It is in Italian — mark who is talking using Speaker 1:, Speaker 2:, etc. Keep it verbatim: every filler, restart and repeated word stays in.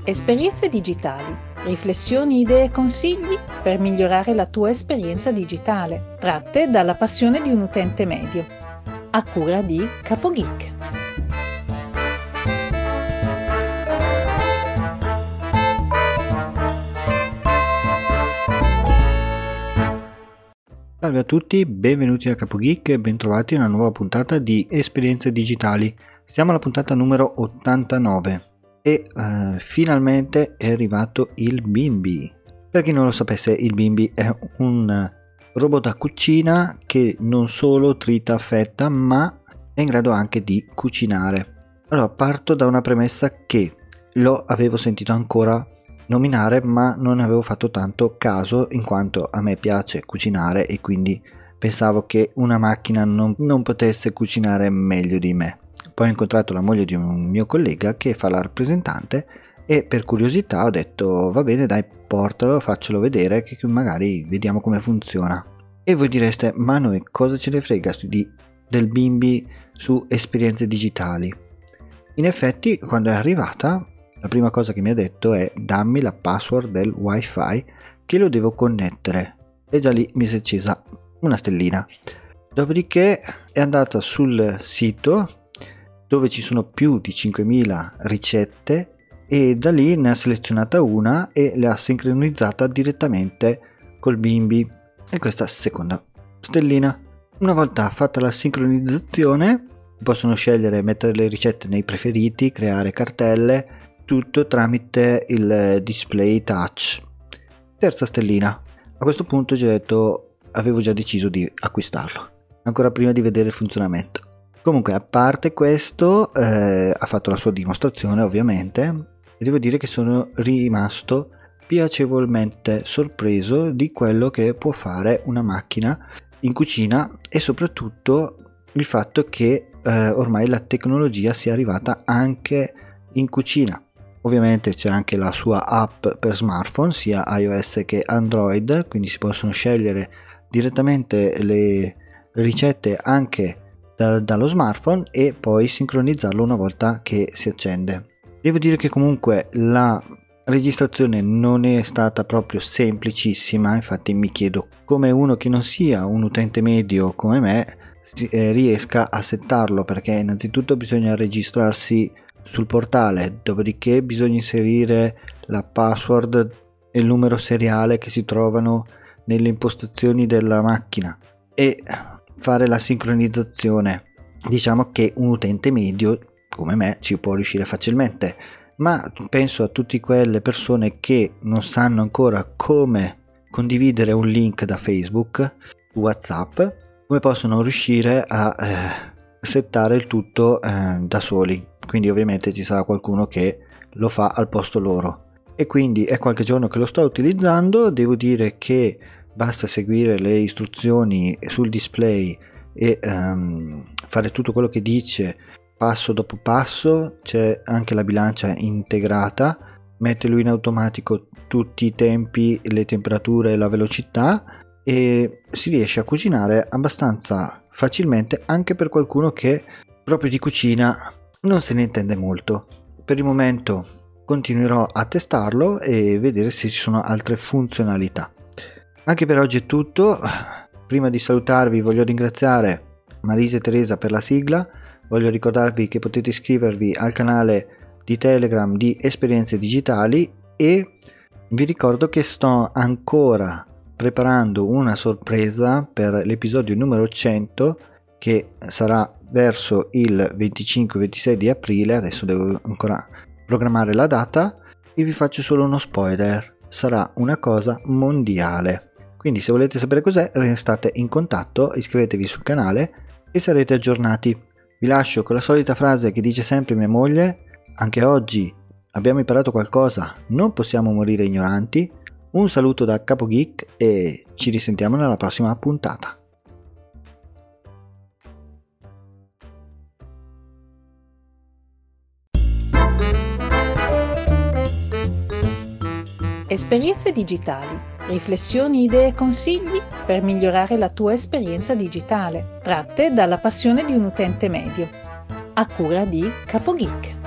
Speaker 1: Esperienze digitali, riflessioni, idee e consigli per migliorare la tua esperienza digitale, tratte dalla passione di un utente medio, a cura di CapoGeek.
Speaker 2: Salve a tutti, benvenuti a CapoGeek e bentrovati a una nuova puntata di Esperienze digitali. Siamo alla puntata numero ottantanove e uh, finalmente è arrivato il Bimby. Per chi non lo sapesse, il Bimby è un robot da cucina che non solo trita fetta, ma è in grado anche di cucinare. Allora, parto da una premessa che lo avevo sentito ancora nominare, ma non ne avevo fatto tanto caso in quanto a me piace cucinare e quindi pensavo che una macchina non, non potesse cucinare meglio di me. Poi ho incontrato la moglie di un mio collega che fa la rappresentante e per curiosità ho detto va bene, dai, portalo, faccelo vedere che magari vediamo come funziona. E voi direste, ma noi cosa ce ne frega di, del Bimby su esperienze digitali? In effetti, quando è arrivata, la prima cosa che mi ha detto è dammi la password del wifi che lo devo connettere, e già lì mi si è accesa una stellina. Dopodiché è andata sul sito dove ci sono più di cinquemila ricette e da lì ne ha selezionata una e le ha sincronizzata direttamente col Bimby, e questa seconda stellina. Una volta fatta la sincronizzazione possono scegliere, mettere le ricette nei preferiti, creare cartelle, tutto tramite il display touch. Terza stellina. A questo punto già detto, avevo già deciso di acquistarlo ancora prima di vedere il funzionamento. Comunque, a parte questo, eh, ha fatto la sua dimostrazione ovviamente e devo dire che sono rimasto piacevolmente sorpreso di quello che può fare una macchina in cucina e soprattutto il fatto che eh, ormai la tecnologia sia arrivata anche in cucina. Ovviamente c'è anche la sua app per smartphone, sia iOS che Android, quindi si possono scegliere direttamente le ricette anche da, dallo smartphone e poi sincronizzarlo una volta che si accende. Devo dire che comunque la registrazione non è stata proprio semplicissima, infatti mi chiedo come uno che non sia un utente medio come me eh, riesca a settarlo, perché innanzitutto bisogna registrarsi sul portale, dopodiché bisogna inserire la password e il numero seriale che si trovano nelle impostazioni della macchina e fare la sincronizzazione. Diciamo che un utente medio come me ci può riuscire facilmente, ma penso a tutte quelle persone che non sanno ancora come condividere un link da Facebook, WhatsApp, come possono riuscire a eh, settare il tutto eh, da soli. Quindi ovviamente ci sarà qualcuno che lo fa al posto loro, e quindi è qualche giorno che lo sto utilizzando. Devo dire che basta seguire le istruzioni sul display e um, fare tutto quello che dice passo dopo passo. C'è anche la bilancia integrata, mette lui in automatico tutti i tempi, le temperature e la velocità, e si riesce a cucinare abbastanza facilmente anche per qualcuno che proprio di cucina non se ne intende molto. Per il momento continuerò a testarlo e vedere se ci sono altre funzionalità. Anche per oggi è tutto. Prima di salutarvi voglio ringraziare Marisa e Teresa per la sigla. Voglio ricordarvi che potete iscrivervi al canale di Telegram di Esperienze Digitali e vi ricordo che sto ancora preparando una sorpresa per l'episodio numero cento che sarà verso il venticinque ventisei di aprile. Adesso devo ancora programmare la data e vi faccio solo uno spoiler: sarà una cosa mondiale. Quindi se volete sapere cos'è, restate in contatto, iscrivetevi sul canale e sarete aggiornati. Vi lascio con la solita frase che dice sempre mia moglie: anche oggi abbiamo imparato qualcosa, non possiamo morire ignoranti. Un saluto da CapoGeek e ci risentiamo nella prossima puntata.
Speaker 1: Esperienze digitali, riflessioni, idee e consigli per migliorare la tua esperienza digitale, tratte dalla passione di un utente medio, a cura di CapoGeek.